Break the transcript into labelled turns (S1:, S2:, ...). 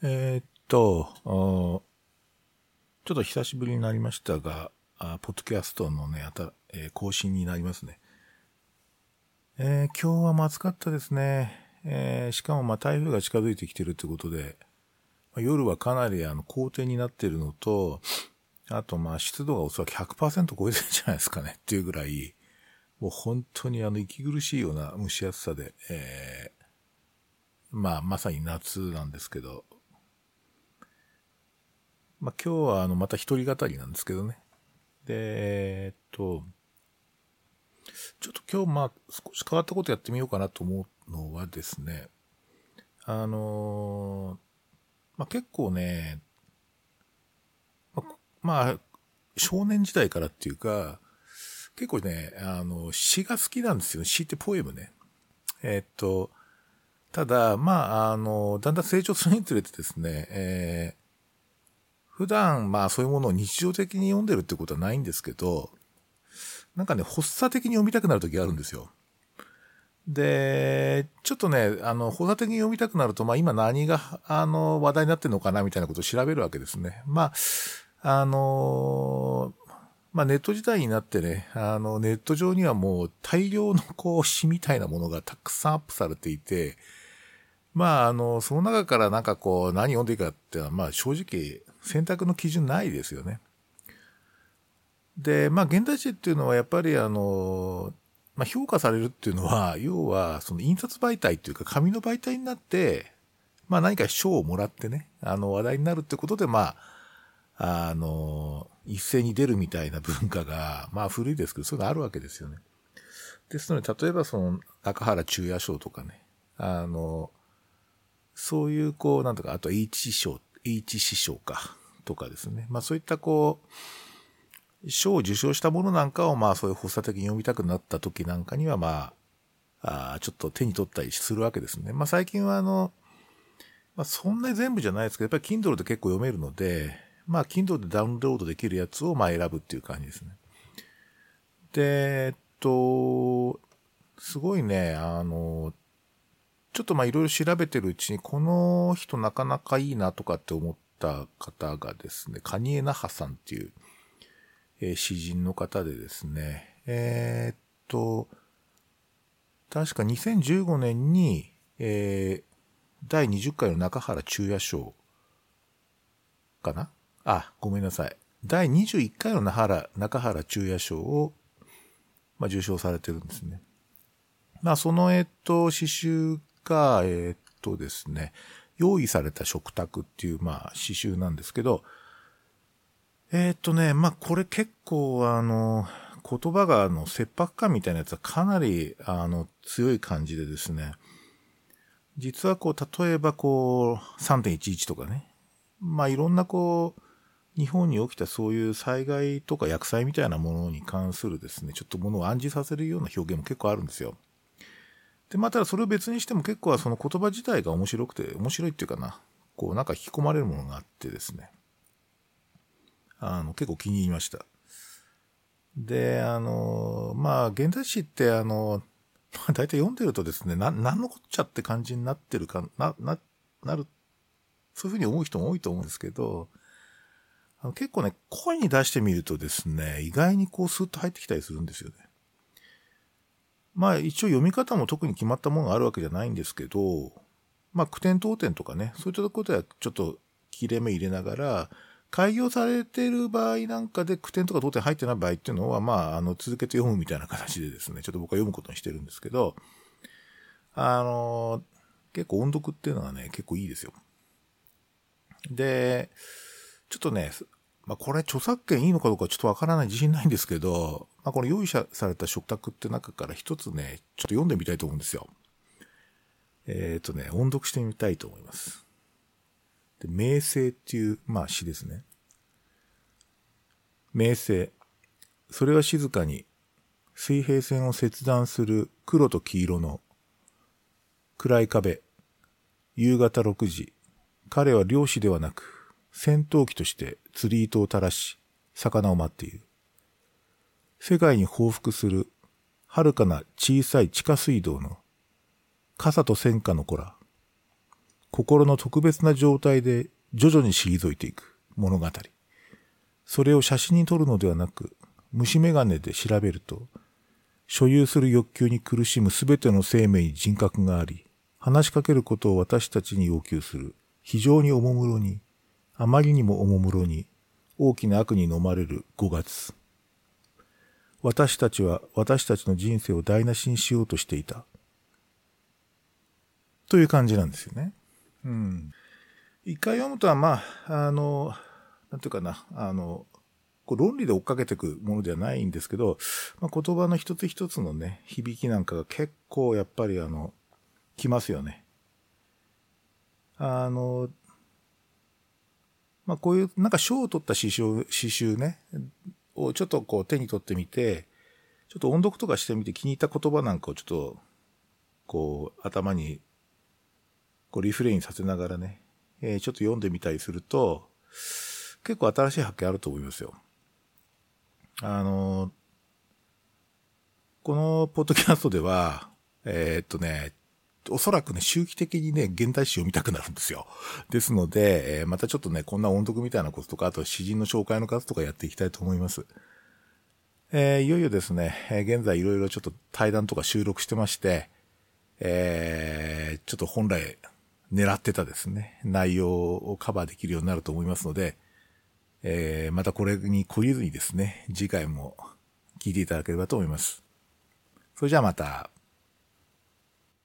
S1: ちょっと久しぶりになりましたが、ポッドキャストのね、更新になりますね。今日は暑かったですね。しかも台風が近づいてきてるってことで、夜はかなり高低になってるのと、あと湿度がおそらく 100% 超えてるんじゃないですかねっていうぐらい、もう本当に息苦しいような蒸し暑さで、まさに夏なんですけど、今日はまた一人語りなんですけどね。で、ちょっと今日少し変わったことやってみようかなと思うのはですね、結構ね、少年時代からっていうか、結構ね、詩が好きなんですよ。詩ってポエムね。ただ、だんだん成長するにつれてですね、普段そういうものを日常的に読んでるってことはないんですけど、なんかね、発作的に読みたくなる時があるんですよ。で、ちょっとね、発作的に読みたくなると、今何が、話題になってるのかなみたいなことを調べるわけですね。ネット時代になってね、ネット上にはもう大量の詩みたいなものがたくさんアップされていて、その中から何読んでいいかっていうのは、正直選択の基準ないですよね。で、現代詩っていうのはやっぱり評価されるっていうのは、要はその印刷媒体っていうか紙の媒体になって、何か賞をもらってね、話題になるってことで、一斉に出るみたいな文化が、古いですけど、そういうのあるわけですよね。ですので、例えばその中原中也賞とかね、そういうなんとか、あと H 師匠か、とかですね。そういった賞を受賞したものなんかをそういう発作的に読みたくなった時なんかにはちょっと手に取ったりするわけですね。最近はそんなに全部じゃないですけど、やっぱり Kindle で結構読めるので、Kindle でダウンロードできるやつを選ぶっていう感じですね。で、すごいね、ちょっといろいろ調べてるうちに、この人なかなかいいなとかって思った方がですね、カニエ・ナハさんっていう、詩人の方でですね、確か2015年に、第20回の中原中也賞かな？ごめんなさい。第21回の中原中也賞を、受賞されてるんですね。その、詩集が、ですね、用意された食卓っていう、詩集なんですけど、これ結構、言葉が、切迫感みたいなやつはかなり、強い感じでですね、実は例えば3.11 とかね、いろんな日本に起きたそういう災害とか厄災みたいなものに関するですね、ちょっとものを暗示させるような表現も結構あるんですよ。で、ただそれを別にしても結構はその言葉自体が面白いっていうかな、なんか引き込まれるものがあってですね、結構気に入りました。で、現代詩って大体読んでるとですね、なんのこっちゃって感じになってるか、なる、そういうふうに思う人も多いと思うんですけど、結構ね、声に出してみるとですね、意外にスーッと入ってきたりするんですよね。一応読み方も特に決まったものがあるわけじゃないんですけど、句点当点とかね、そういったところではちょっと切れ目入れながら、開業されている場合なんかで句点とか当点入ってない場合っていうのは、続けて読むみたいな形でですね、ちょっと僕は読むことにしてるんですけど、結構音読っていうのはね、結構いいですよ。で、ちょっとね、これ著作権いいのかどうかちょっとわからない自信ないんですけど、この用意された食卓って中から一つね、ちょっと読んでみたいと思うんですよ。音読してみたいと思います。で、名声っていう、詩ですね。名声。それは静かに水平線を切断する黒と黄色の暗い壁。夕方6時。彼は漁師ではなく、戦闘機として釣り糸を垂らし、魚を待っている。世界に報復する、遥かな小さい地下水道の、傘と戦火の子ら。 心の特別な状態で徐々に退いていく物語。それを写真に撮るのではなく、虫眼鏡で調べると、所有する欲求に苦しむすべての生命に人格があり、話しかけることを私たちに要求する、非常におもむろに、あまりにもおもむろに、大きな悪に飲まれる5月。私たちは私たちの人生を台無しにしようとしていた。という感じなんですよね。一回読むとは、なんていうかな、論理で追っかけていくものではないんですけど、言葉の一つ一つのね、響きなんかが結構やっぱりきますよね。こういうなんか賞を取った詩集ね、をちょっとこう手に取ってみて、ちょっと音読とかしてみて気に入った言葉なんかをちょっと、こう頭にこうリフレインさせながらね、ちょっと読んでみたりすると、結構新しい発見あると思いますよ。このポッドキャストでは、おそらくね、周期的にね、現代詩を見たくなるんですよ。ですので、またちょっとね、こんな音読みたいなこととか、あと詩人の紹介の数とかやっていきたいと思います。いよいよですね、現在いろいろちょっと対談とか収録してまして、ちょっと本来狙ってたですね、内容をカバーできるようになると思いますので、またこれに懲りずにですね、次回も聞いていただければと思います。それじゃあまた。